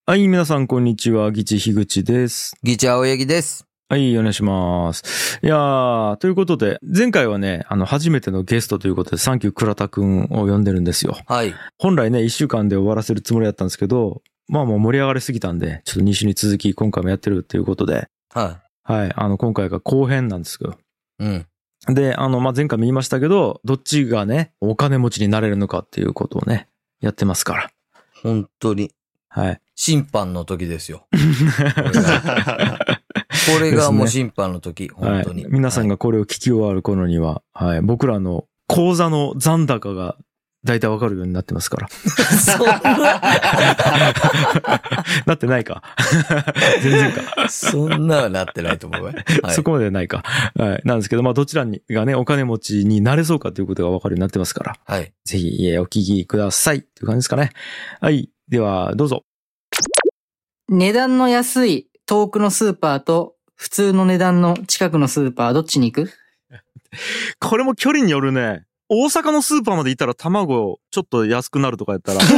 はい、皆さんこんにちは。ギチ樋口です。 ギチ青柳です。 はい、お願いします。いやー、ということで、前回はね、初めてのゲストということで、サンキュー倉田くんを呼んでるんですよ。 はい。 本来ね、1週間で終わらせるつもりだったんですけど、まあもう盛り上がりすぎたんで、ちょっと2週に続き今回もやってるっていうことで、 はい。 今回が後編なんですよ。 うん。 で、前回も言いましたけど、どっちがね、お金持ちになれるのかっていうことをね、やってますから。 本当に。 はい。 審判の時ですよ。これがもう審判の時、ね、本当に、 はい。皆さんがこれを聞き終わる頃には、はい、僕らの口座の残高が大体わかるようになってますから。 そんななってないか。全然か。 そんなはなってないと思うわ、はい。 そこまでないか。はい。なんですけど、どちらがね、お金持ちになれそうかということがわかるようになってますから。 はい。 ぜひ、お聞きください。という感じですかね。はい。では、どうぞ。 値段の安い遠くのスーパーと普通の値段の近くのスーパーどっちに行く？ これも距離によるね。大阪のスーパーまで行ったら卵ちょっと安くなるとかやったら。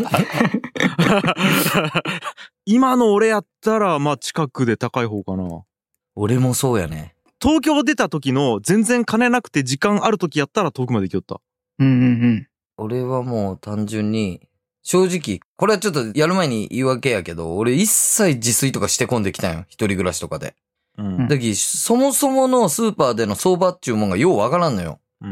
今の俺やったら近くで高い方かな。 俺もそうやね。 東京出た時の全然金なくて時間ある時やったら遠くまで行きよった。 俺はもう単純に、正直、これはちょっとやる前に言い訳やけど、俺一切自炊とかしてこんできたんよ。一人暮らしとかで。 うん。 だけど、そもそものスーパーでの相場っていうもんがようわからんのよ。 うん、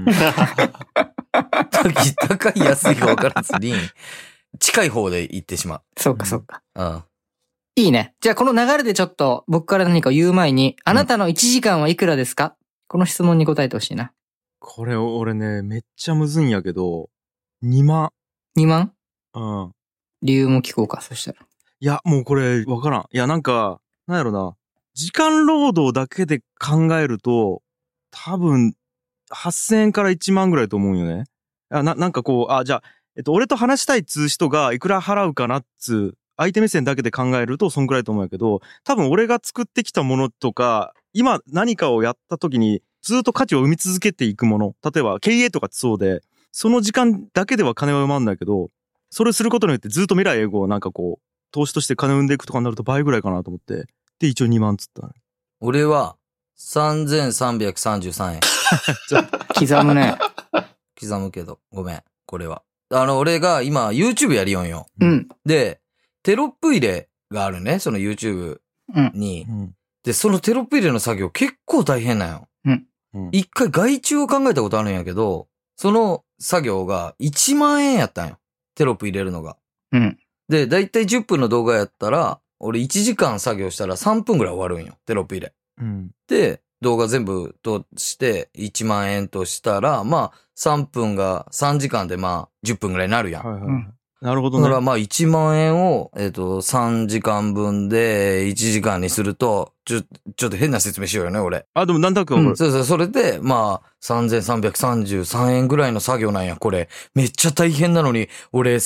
高い安いがわからずに、近い方で行ってしまう。 そうかそうか。 うん。 いいね。じゃあこの流れでちょっと僕から何か言う前に、あなたの1時間はいくらですか？この質問に答えてほしいな。 これ俺ね、めっちゃむずいんやけど、2万。 2万？ うん。 理由も聞こうか、そしたら。 いや、もうこれわからん。いや、なんやろな。時間労働だけで考えると、多分、8000円から1万ぐらいと思うんよね。なんかこう、じゃあ、俺と話したいっつう人がいくら払うかなっつう、相手目線だけで考えるとそんくらいと思うんやけど、多分俺が作ってきたものとか、今何かをやった時にずっと価値を生み続けていくもの。例えば経営とかってそうで、その時間だけでは金は生まんないけど、それをすることによってずっと未来永劫なんかこう、投資として金を生んでいくとかになると倍ぐらいかなと思って。で、一応2万つった、ね。 俺は、3333円。 刻むね。 刻むけど、ごめん、これは。俺が今、YouTube やりよんよ。 うん。 で、テロップ入れがあるね、その YouTube に。 うん。 で、そのテロップ入れの作業結構大変なんよ。 うん。 一回外注を考えたことあるんやけど、その作業が1万円やったんよ。テロップ入れるのが。 うん。 で、だいたい10分の動画やったら、俺1時間作業したら3分ぐらい終わるんよ。テロップ入れ。 うん。 で、動画全部として1万円としたら、3分が3時間で10分ぐらいになるやん。 はいはい。 うん、 なるほどね。 だから1万円を、3時間分で1時間にすると、ちょっと変な説明しようよね、俺。 でもなんだかこれ。 そう、それで、3333円ぐらいの作業なんや、これ。めっちゃ大変なのに、俺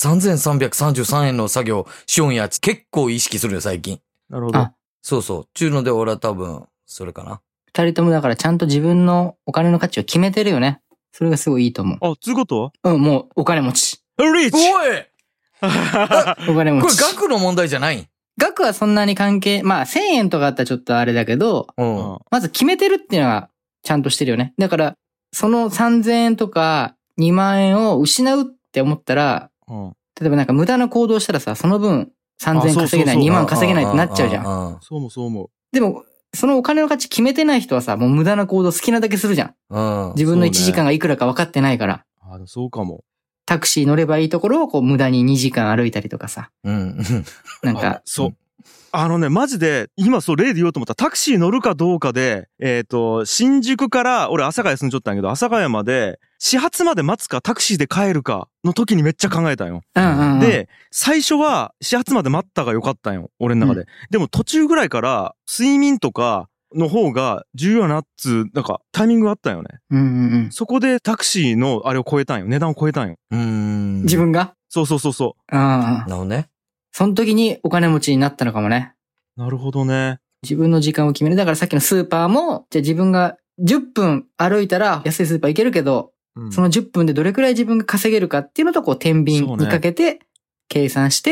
3333円の作業しようんや、結構意識するよ、最近。 なるほど。 そう。ちゅうので俺は多分、それかな。 二人ともだからちゃんと自分のお金の価値を決めてるよね。それがすごいいいと思う。 つうことは？もうお金持ち。 リーチおいお金持ち。 これ額の問題じゃないん？ 額はそんなに関係、1000円とかあったらちょっとあれだけど、まず決めてるっていうのはちゃんとしてるよね。だから、その3000円とか2万円を失うって思ったら、例えばなんか無駄な行動したらさ、その分3000円稼げない、2万稼げないってなっちゃうじゃん。 そう思う。 でも、そのお金の価値決めてない人はさ、もう無駄な行動好きなだけするじゃん。自分の1時間がいくらか分かってないから。 そうかも。 タクシー乗ればいいところをこう無駄に2時間歩いたりとかさ。なんか。 そう。マジで、今例で言おうと思ったタクシー乗るかどうかで、新宿から俺阿佐ヶ谷住んじゃったんやけど、阿佐ヶ谷まで、始発まで待つかタクシーで帰るかの時にめっちゃ考えたんよ。で、最初は始発まで待ったがよかったんよ。俺の中で。でも途中ぐらいから睡眠とかの方が重要ななんかタイミングがあったんよね。そこでタクシーのあれを超えたんよ。値段を超えたんよ。 自分が？ そう。 なるほどね。 その時にお金持ちになったのかもね。 なるほどね。 自分の時間を決める。だからさっきのスーパーも、じゃあ自分が10分歩いたら安いスーパー行けるけど、その10分でどれくらい自分が稼げるかっていうのとこう天秤にかけて計算して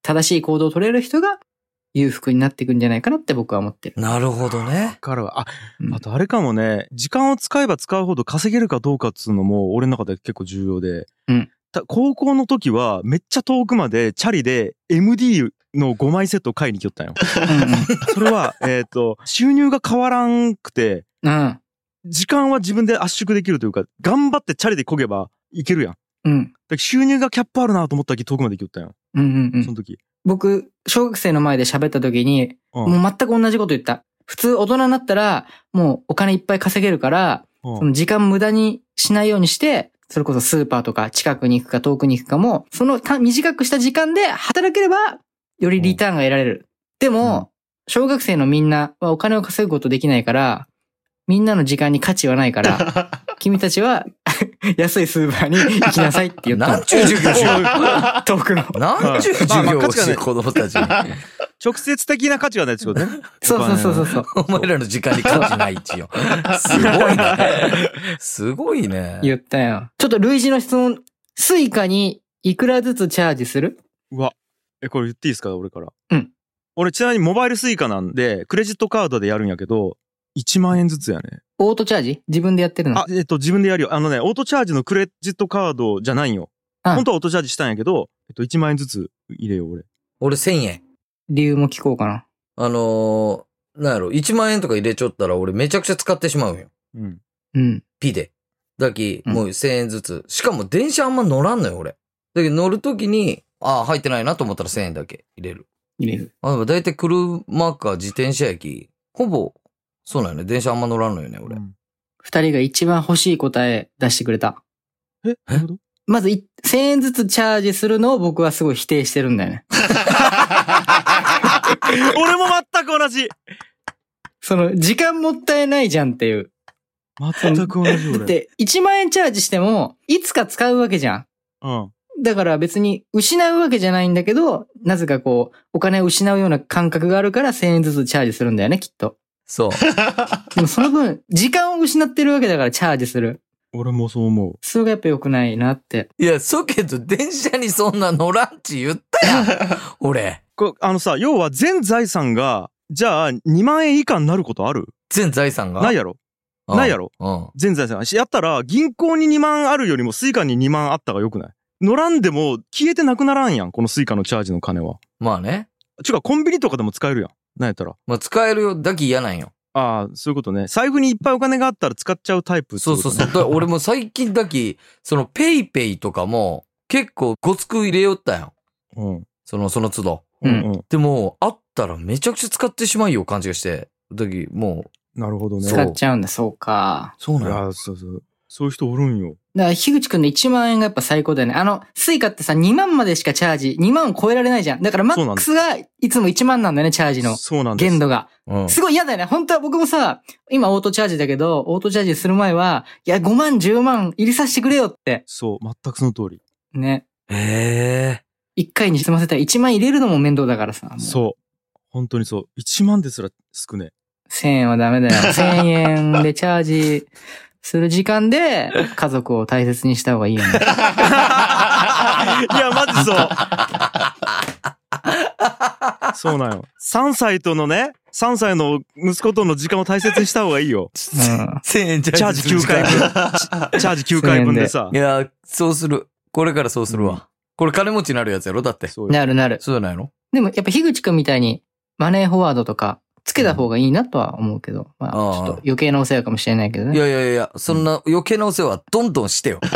正しい行動を取れる人が裕福になっていくんじゃないかなって僕は思ってる。 なるほどね。 からは、あとあれかもね、時間を使えば使うほど稼げるかどうかっつうのも俺の中で結構重要で、高校の時はめっちゃ遠くまでチャリで MD の5枚セットを買いに来よったんよ。それは、収入が変わらんくて、時間は自分で圧縮できるというか、頑張ってチャリで漕げばいけるやん。だから収入がキャップあるなと思った時遠くまで行きよったんよ。その時。 僕、小学生の前で喋った時に、もう全く同じこと言った。普通大人になったら、もうお金いっぱい稼げるから、その時間無駄にしないようにして、それこそスーパーとか近くに行くか遠くに行くかも、その短くした時間で働ければ、よりリターンが得られる。でも、小学生のみんなはお金を稼ぐことできないから、みんなの時間に価値はないから、君たちは安いスーパーに行きなさいって言ったの。 なんちゅう授業しよう。 遠くの。 なんちゅう授業をして子供たちに。 直接的な価値はないですよね。 そう。 お前らの時間に価値ない一応。すごいね。すごいね。 言ったよ。ちょっと類似の質問。スイカにいくらずつチャージする？ うわ。これ言っていいですか俺から。 俺ちなみにモバイルスイカなんで、クレジットカードでやるんやけど、1万円ずつやね。 オートチャージ？自分でやってるの？ 自分でやるよ。オートチャージのクレジットカードじゃないんよ。本当はオートチャージしたんやけど、1万円ずつ入れよう、俺。 俺1000円。 理由も聞こうかな。 なんやろ、1万円とか入れちゃったら俺めちゃくちゃ使ってしまうよ。ピで。だき、もう1000円ずつ。しかも電車あんま乗らんのよ、俺。だけど乗るときに、入ってないなと思ったら1000円だけ入れる。だいたい車か自転車駅、ほぼ、そうなんよね。電車あんま乗らんのよね、俺。 二人が一番欲しい答え出してくれた。まず1000円ずつチャージするのを僕はすごい否定してるんだよね。 俺も全く同じ。 その、時間もったいないじゃんっていう。 全く同じ俺。 だって、1万円チャージしても、いつか使うわけじゃん。だから別に失うわけじゃないんだけど、なぜかこう、お金を失うような感覚があるから1000円ずつチャージするんだよね、きっと。 そう。 でもその分、時間を失ってるわけだからチャージする。 俺もそう思う。 それがやっぱ良くないなって。 いや、そうけど、電車にそんな乗らんち言ったやん。俺。 要は全財産が、じゃあ2万円以下になることある？ 全財産がないやろ。全財産。やったら、銀行に2万あるよりもスイカに2万あったが良くない？乗らんでも消えてなくならんやん、このスイカのチャージの金は。 まあね。 コンビニとかでも使えるやん。なんやったら。 まあ使えるよ。だけ嫌なんよ。 そういうことね。財布にいっぱいお金があったら使っちゃうタイプってことね。 そう。だから俺も最近だけ、そのペイペイとかも結構ごつく入れよったやん。その都度。でも、あったらめちゃくちゃ使ってしまうよ感じがして。だけもう。なるほどね。 使っちゃうんだ、そうか。 そうなんや。そういう人おるんよ。 だから、樋口くんの1万円がやっぱ最高だよね。スイカってさ、2万までしかチャージ、2万を超えられないじゃん。だからマックスがいつも1万なんだよね、チャージの。 そうなんです。 限度が。すごい嫌だよね。本当は僕もさ、今オートチャージだけど、オートチャージする前は、いや、5万、10万入れさせてくれよって。 そう、全くその通り。 ね。 1 回に済ませたら1万入れるのも面倒だからさ。 そう。本当にそう。1万ですら少ね。 1000円はダメだよ。1000円でチャージする時間で家族を大切にした方がいいよね。いや、マジそう。そうなんよ。3歳の息子との時間を大切にした方がいいよ。 1000円チャージ9回分。チャージ9回分でさ。 いや、そうする。これからそうするわ。これ金持ちになるやつやろだって。 なる。 そうじゃないの？ でもやっぱ樋口くんみたいにマネーフォワードとかつけた方がいいなとは思うけど。まあ、ちょっと余計なお世話かもしれないけどね。 いや、そんな余計なお世話どんどんしてよ。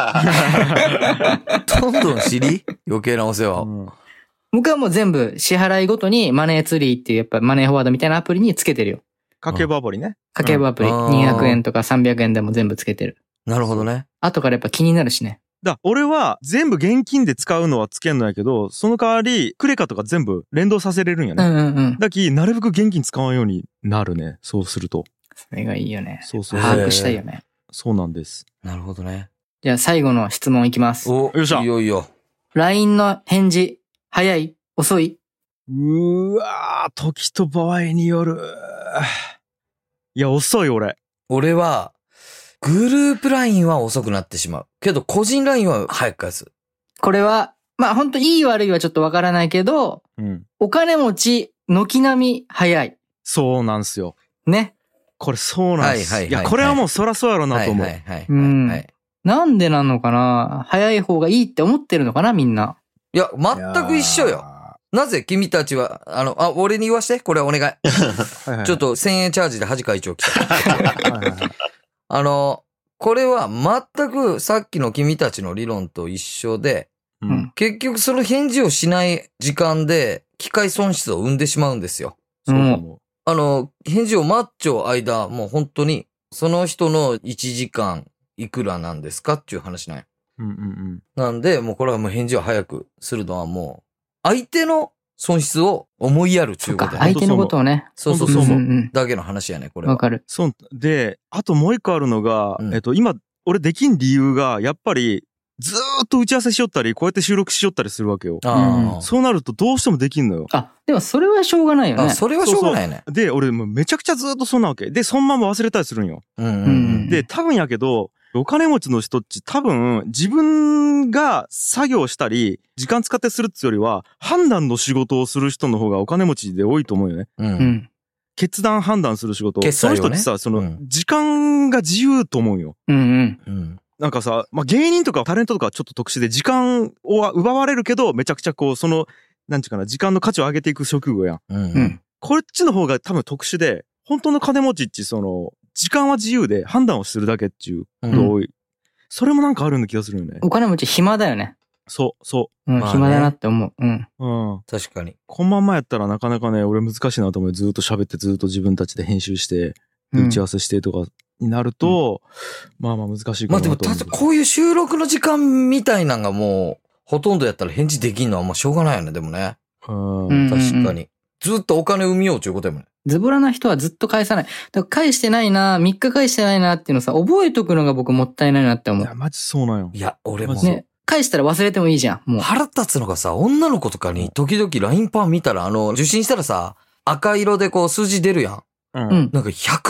どんどん知り余計なお世話を。 僕はもう全部支払いごとにマネーツリーっていうやっぱマネーフォワードみたいなアプリにつけてるよ。 家計簿アプリね。 家計簿アプリ。200円とか300円でも全部つけてる。 なるほどね。 後からやっぱ気になるしね。 俺は全部現金で使うのはつけんのやけど、その代わりクレカとか全部連動させれるんやね。だき、なるべく現金使わんようになるね。そうすると。 それがいいよね。 そう。 把握したいよね。 そうなんです。 なるほどね。 じゃあ最後の質問いきます。 よっしゃ。 いよいよ。 LINE の返事、早い？遅い？ 時と場合による。いや、遅い俺。 俺は、グループ LINE は遅くなってしまう。けど、個人 LINE は早く返す。 これは、 まあ本当いい悪いはちょっとわからないけど、お金持ち、軒並み早い。 そうなんすよ。 ね。 これそうなんです。いや、これはもうそらそうやろうなと思う。 なんでなのかな？早い方がいいって思ってるのかなみんな。 いや、全く一緒よ。なぜ君たちは、俺に言わして。これはお願い。ちょっと1000円チャージで恥会長来た。これは全くさっきの君たちの理論と一緒で、結局その返事をしない時間で機械損失を生んでしまうんですよ。返事を待っちゃう間、もう本当に、その人の1時間いくらなんですかっていう話なんや。なんで、もうこれはもう返事を早くするのはもう、相手の損失を思いやるっていうことやね。 相手のことをね。 そう。だけの話やね、これは。 わかる。 そう。で、あともう一個あるのが、今、俺できん理由が、やっぱり、ずーっと打ち合わせしよったり、こうやって収録しよったりするわけよ。そうなるとどうしてもできんのよ。 でもそれはしょうがないよね。 それはしょうがないね。 で、俺もうめちゃくちゃずーっとそんなわけ。で、そのまま忘れたりするんよ。で、多分やけど、お金持ちの人っち多分自分が作業したり、時間使ってするってよりは、判断の仕事をする人の方がお金持ちで多いと思うよね。決断判断する仕事。その人ってさ、時間が自由と思うよ。なんかさ、まあ、芸人とかタレントとかちょっと特殊で時間を奪われるけど、めちゃくちゃこう、なんていうかな、時間の価値を上げていく職業やん。こっちの方が多分特殊で、本当の金持ちっち、時間は自由で判断をするだけっていうの多い。それもなんかあるような気がするよね。 お金持ち暇だよね。 そう。 暇だなって思う。確かに。 このまんまやったらなかなかね、俺難しいなと思う。ずっと喋ってずっと自分たちで編集して、打ち合わせしてとかになると、まあ難しいかなと思う。 まあでも、こういう収録の時間みたいなのがもう、ほとんどやったら返事できんのはもうしょうがないよね、でもね。確かに。ずっとお金生みようということやもんね。 ズボラな人はずっと返さない。だから返してないな、3日返してないなっていうのさ、覚えとくのが僕もったいないなって思う。 いや、マジそうなんよ。 いや、俺もね。返したら忘れてもいいじゃん。もう。 腹立つのがさ、女の子とかに時々 LINE パン見たら、受信したらさ、赤色でこう数字出るやん。なんか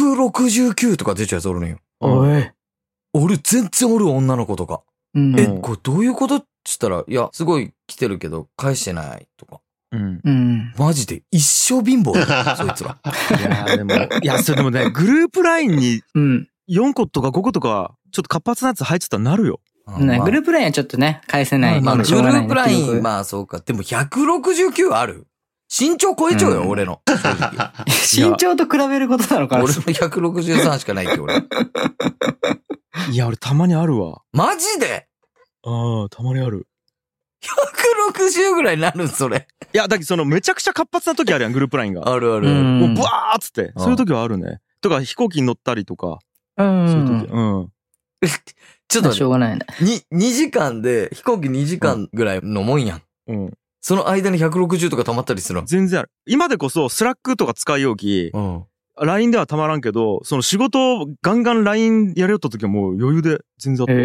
169とか出ちゃうやつおるのよ。俺全然おる女の子とか。これどういうことって言ったら、いや、すごい来てるけど返してないとか。マジで一生貧乏だよ、そいつら。 それでもね、グループラインに4個とか5個とか、ちょっと活発なやつ入ってたらなるよ。 グループラインはちょっとね、返せない。 グループライン、まあそうか。でも169ある？身長超えちゃうよ、俺の。 身長と比べることなのかな？ 俺の163しかないって、俺。 いや、俺たまにあるわ。 マジで？ たまにある。 160ぐらいになるん、それ。 いや、だけどめちゃくちゃ活発な時あるやん、グループラインが。 ある。 もうブワーっつって。そういう時はあるね。とか、飛行機に乗ったりとか。そういう時。 ちょっとしょうがないね。 2時間で、飛行機2時間ぐらいのもんやん。その間に160とか溜まったりするの？ 全然ある。今でこそ、スラックとか使いようき、LINE ではたまらんけど、仕事をガンガン LINE やれよった時はもう余裕で全然あった。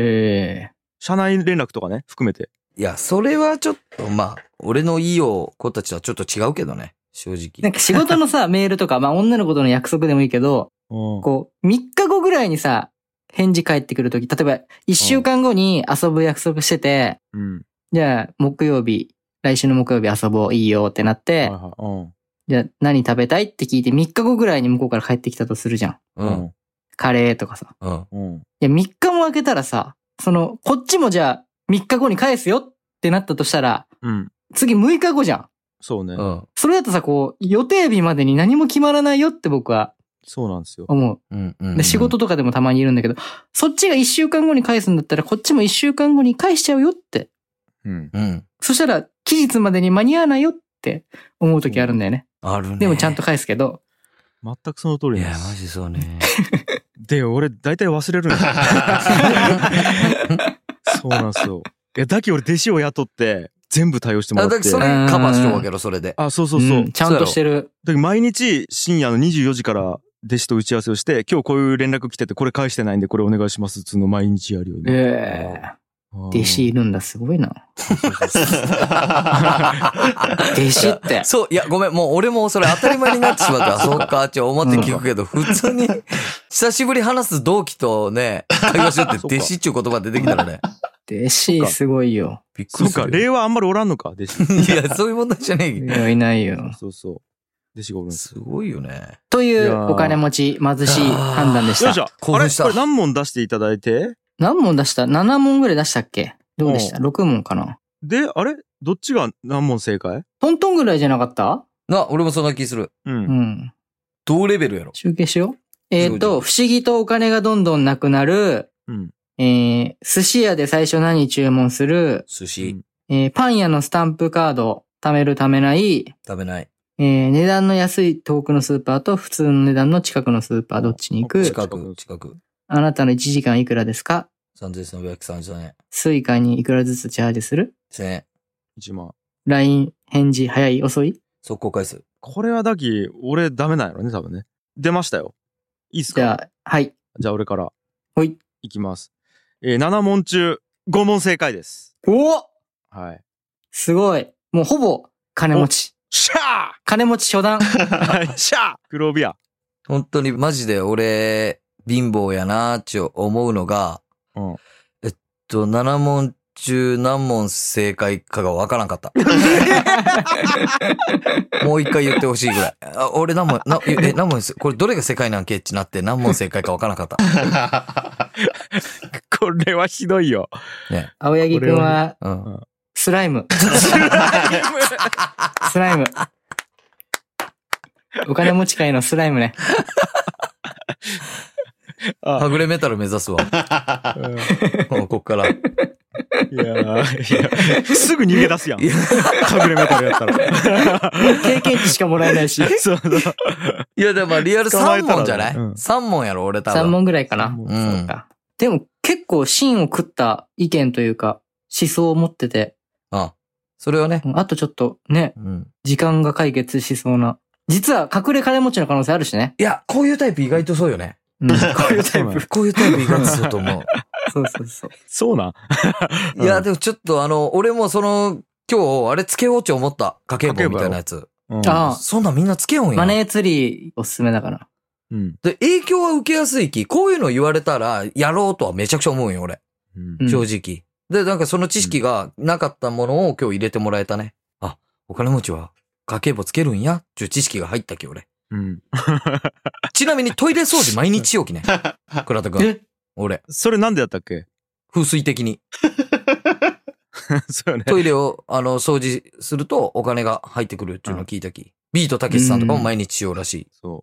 社内連絡とかね、含めて。 いや、それはちょっと、まあ、俺のいいよ子たちはちょっと違うけどね、正直。 なんか仕事のさ、メールとか、まあ女の子との約束でもいいけど、こう、3日後ぐらいにさ、返事返ってくるとき、例えば1週間後に遊ぶ約束してて、じゃあ来週の木曜日遊ぼう、いいよってなって、じゃあ何食べたいって聞いて3日後ぐらいに向こうから帰ってきたとするじゃん。カレーとかさ。いや、3日も空けたらさ、こっちもじゃあ3日後に返すよってなったとしたら、次6日後じゃん。 そうね。 それだとさ、こう、予定日までに何も決まらないよって僕は。 そうなんですよ。 思う。で、仕事とかでもたまにいるんだけど、そっちが1週間後に返すんだったら、こっちも1週間後に返しちゃうよって。そしたら、期日までに間に合わないよって思う時あるんだよね。 あるね。 でもちゃんと返すけど。 全くその通りです。 いや、マジそうね。 で、俺、大体忘れるんですよ。そうなんですよ。いや、だけ俺、弟子を雇って、全部対応してもらって。だけそれカバーしようわけど、それで。 そう。 ちゃんとしてる。 だけ毎日、深夜の24時から、弟子と打ち合わせをして、今日こういう連絡来てて、これ返してないんで、これお願いしますっつうの毎日やるよね。 弟子いるんだ、すごいな。弟子って。 そう、いや、ごめん、もう俺もそれ当たり前になってしまった。そうか、って思って聞くけど、普通に、久しぶり話す同期とね、会話しようって弟子っていう言葉出てきたらね。 弟子すごいよ。 びっくりする。 そうか、令和あんまりおらんのか、弟子。 いや、そういう問題じゃねえいや、いないよ。 そうそう。弟子がおるんです。 すごいよね。 というお金持ち、貧しい判断でした。 よいしょ。あれこれ何問出していただいて？ 何問出した？ 7 問ぐらい出したっけ？どうでした？ 6 問かな。 で、あれどっちが何問正解？ トントンぐらいじゃなかった？ 俺もそんな気する。 うん。 同レベルやろ。 集計しよう。不思議とお金がどんどんなくなる。 うん。 寿司屋で最初何注文する？ 寿司。 パン屋のスタンプカード、貯める貯めない。 食べない。 値段の安い遠くのスーパーと普通の値段の近くのスーパーどっちに行く？ 近く。 あなたの1時間いくらですか？ 3330円。 スイカにいくらずつチャージする？ 1000円。 1万。 LINE 返事早い遅い？ 速攻返す。 これはだき、俺ダメなんやろね、多分ね。出ましたよ。いいっすか？ じゃあ、はい。 じゃあ俺から。 ほい。 いきます。7問中5問正解です。 お！ はい。 すごい。もうほぼ金持ち。 シャー！ 金持ち初段。 シャー！黒帯や。 本当にマジで俺、貧乏やなーって思うのが、7問中何問正解かがわからんかった。もう一回言ってほしいぐらい。俺何問です。これどれが正解なんけってなって何問正解かわからんかった。 これはひどいよ。 ね。 青柳くんは、スライム。スライム。お金持ち界のスライムね。 はぐれメタル目指すわ。こっから。 いやすぐ逃げ出すやん。はぐれメタルやったら。 経験値しかもらえないし。 そう。 いや、でもリアル3問じゃない？ 3 問やろ、俺多分。 3問ぐらいかな。そうか。でも結構芯を食った意見というか、思想を持ってて。 それはね。 あとちょっとね、時間が解決しそうな。実は隠れ金持ちの可能性あるしね。 いや、こういうタイプ意外とそうよね。 こういうタイプ。 こういうタイプ意外とそうと思う。 そう。 そうなんいや、でもちょっと俺も今日、あれつけようって思った。家計簿みたいなやつ。そんなんみんなつけようんや。 マネーツリーおすすめだから。 で、影響は受けやすいき、こういうの言われたら、やろうとはめちゃくちゃ思うんよ、俺。正直。で、なんかその知識がなかったものを今日入れてもらえたね。お金持ちは家計簿つけるんやっていう知識が入ったき、俺。ちなみにトイレ掃除毎日しようきね。倉田くん。俺。 それなんでやったっけ？ 風水的に。 そうよね。 トイレを、掃除するとお金が入ってくるっていうのを聞いたき。ビートたけしさんとかも毎日しようらしい。 そう。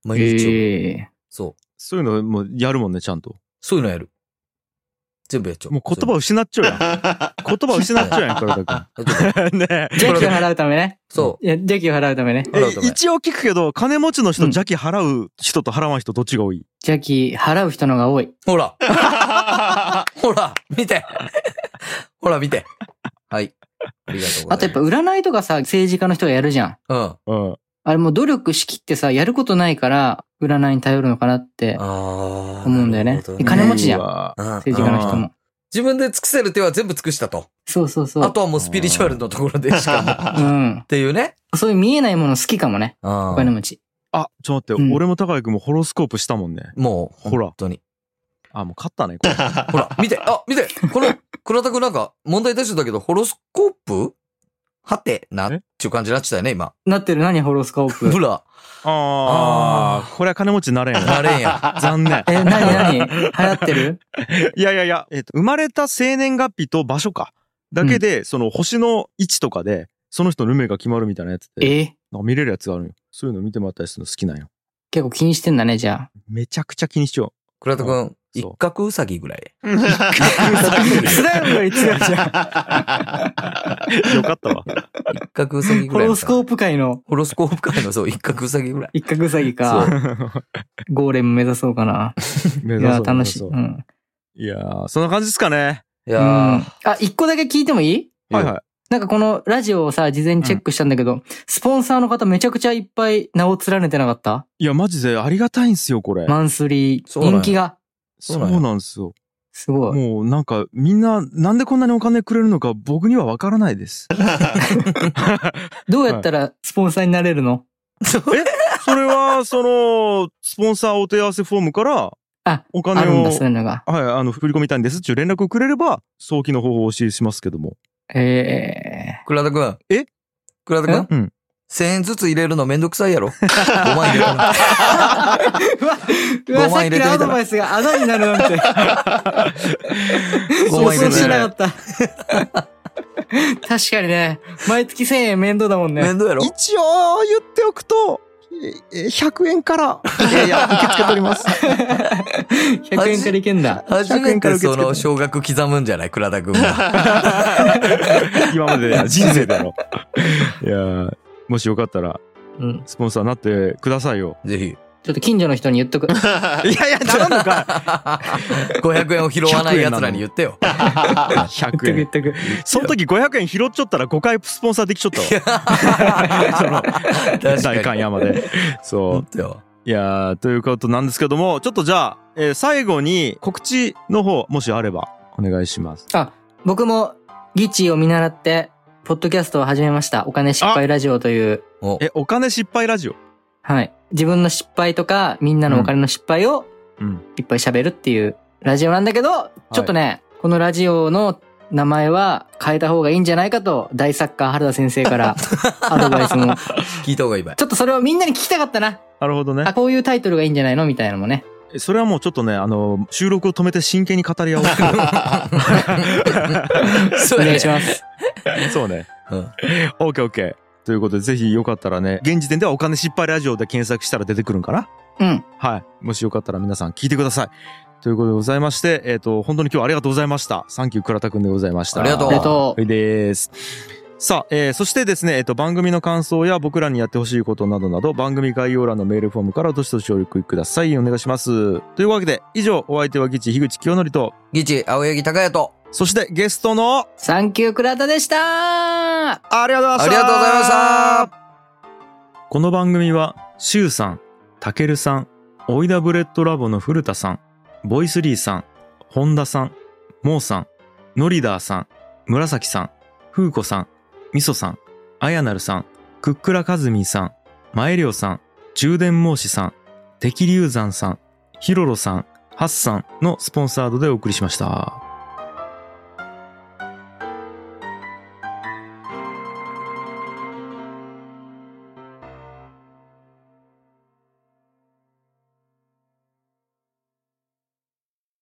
毎日しよう。そう。 そういうのもやるもんね、ちゃんと。 そういうのやる。全部やっちゃう。 もう言葉失っちゃうやん。言葉失っちゃうやん、倉田君。ね邪気を払うためね。 そう。 いや、邪気を払うためね。 一応聞くけど、金持ちの人、邪気払う人と払わん人どっちが多い？ 邪気払う人のが多い。 ほら。ほら、見て。ほら、見て。はい。ありがとうございます。 あとやっぱ占いとかさ、政治家の人がやるじゃん。あれもう努力しきってさ、やることないから、占いに頼るのかなって思うんだよね。金持ちじゃん。政治家の人も。 自分で尽くせる手は全部尽くしたと。 そう。 あとはもうスピリチュアルのところでしかも。っていうね。 そういう見えないもの好きかもね。お金持ち。 ちょっと待って、俺も高井君もホロスコープしたもんね。 もう、ほら。本当に。 もう勝ったね、これ。 ほら、見て、見て、この、倉田くんなんか問題出してたけど、ホロスコープはてなっていう感じになってたよね、今。 なってる。何ホロスコープ。 ほら。 これは金持ちになれんや。 なれんや。 残念。 何流行ってる？ いや、生まれた生年月日と場所か。だけで、その星の位置とかで、その人の運命が決まるみたいなやつで。見れるやつがあるよ。そういうの見てもらったりするの好きなんよ。 結構気にしてんだね、じゃあ。 めちゃくちゃ気にしよう。 倉田くん、一角うさぎぐらい。 スライムが言ってたじゃん。よかったわ。 一角うさぎぐらい。 ホロスコープ界の、 そう、一角うさぎぐらい。 一角うさぎか。ゴーレム目指そうかな。いや、楽しい。 いやー、そんな感じですかね。 いやー。 一個だけ聞いてもいい？ はい。 なんかこのラジオをさ、事前にチェックしたんだけど、スポンサーの方めちゃくちゃいっぱい名を連ねてなかった？ いや、マジでありがたいんすよ、これ。 マンスリー。人気が。 そうなんですよ。 すごい。 もうなんかみんななんでこんなにお金くれるのか僕にはわからないです。 どうやったらスポンサーになれるの？ それはスポンサーお問い合わせフォームからお金あるんだ、 を、 そういうのが。 はい、振り込みたいんですっていう連絡をくれれば、送金の方法をお教えしますけども。 倉田くん。 え倉田くん、うん、1000円ずつ入れるのめんどくさいやろ。5万入れたら。 5万入れてみたら。さっきのアドバイスが穴になるなんて。5万入れてしなかった。確かにね、毎月1000円面倒だもんね。 面倒やろ。 一応言っておくと、100円から、受け付けております。 100円からいけんだ。 初めてその少額刻むんじゃない倉田くんが。 今まで人生だろ。いやもしよかったら、スポンサーになってくださいよ。 ぜひ。 ちょっと近所の人に言っとく。いや、頼むか。 500円を拾わない奴らに言ってよ。 100円。 言っとく。 その時500円拾っちゃったら5回スポンサーできちゃったわ。その、大観山で。そう。いやということなんですけども、ちょっとじゃあ、最後に告知の方、もしあれば、お願いします。 僕も、ギチを見習って、ポッドキャストを始めました。お金失敗ラジオという。 お金失敗ラジオ？ はい。自分の失敗とか、みんなのお金の失敗を、いっぱい喋るっていうラジオなんだけど、ちょっとね、このラジオの名前は変えた方がいいんじゃないかと、大作家原田先生からアドバイスも。 聞いた方がいいばい。 ちょっとそれをみんなに聞きたかったな。 なるほどね。 こういうタイトルがいいんじゃないのみたいなのもね。 それはもうちょっとね、収録を止めて真剣に語り合おう。 お願いします。 そうね。オッケー。ということで、ぜひよかったらね、現時点ではお金失敗ラジオで検索したら出てくるんかな？はい。もしよかったら皆さん聞いてください。ということでございまして、本当に今日はありがとうございました。サンキュー倉田くんでございました。 ありがとう。です。さあ、そしてですね、番組の感想や僕らにやってほしいことなどなど、番組概要欄のメールフォームからどしどしお送りください。お願いします。というわけで、以上、お相手はギチ樋口清則と、 ギチ青柳高也と、 そしてゲストの、 サンキュー倉田でした。 ありがとうございました。 ありがとうございました。 この番組は、シュウさん、タケルさん、オイダブレッドラボの古田さん、ボイスリーさん、本田さん、モーさん、ノリダーさん、紫さん、フーコさん、ミソさん、あやなるさん、クックラカズミーさん、マエリョウさん、充電申しさん、テキリュウザンさん、ヒロロさん、ハッさんのスポンサードでお送りしました。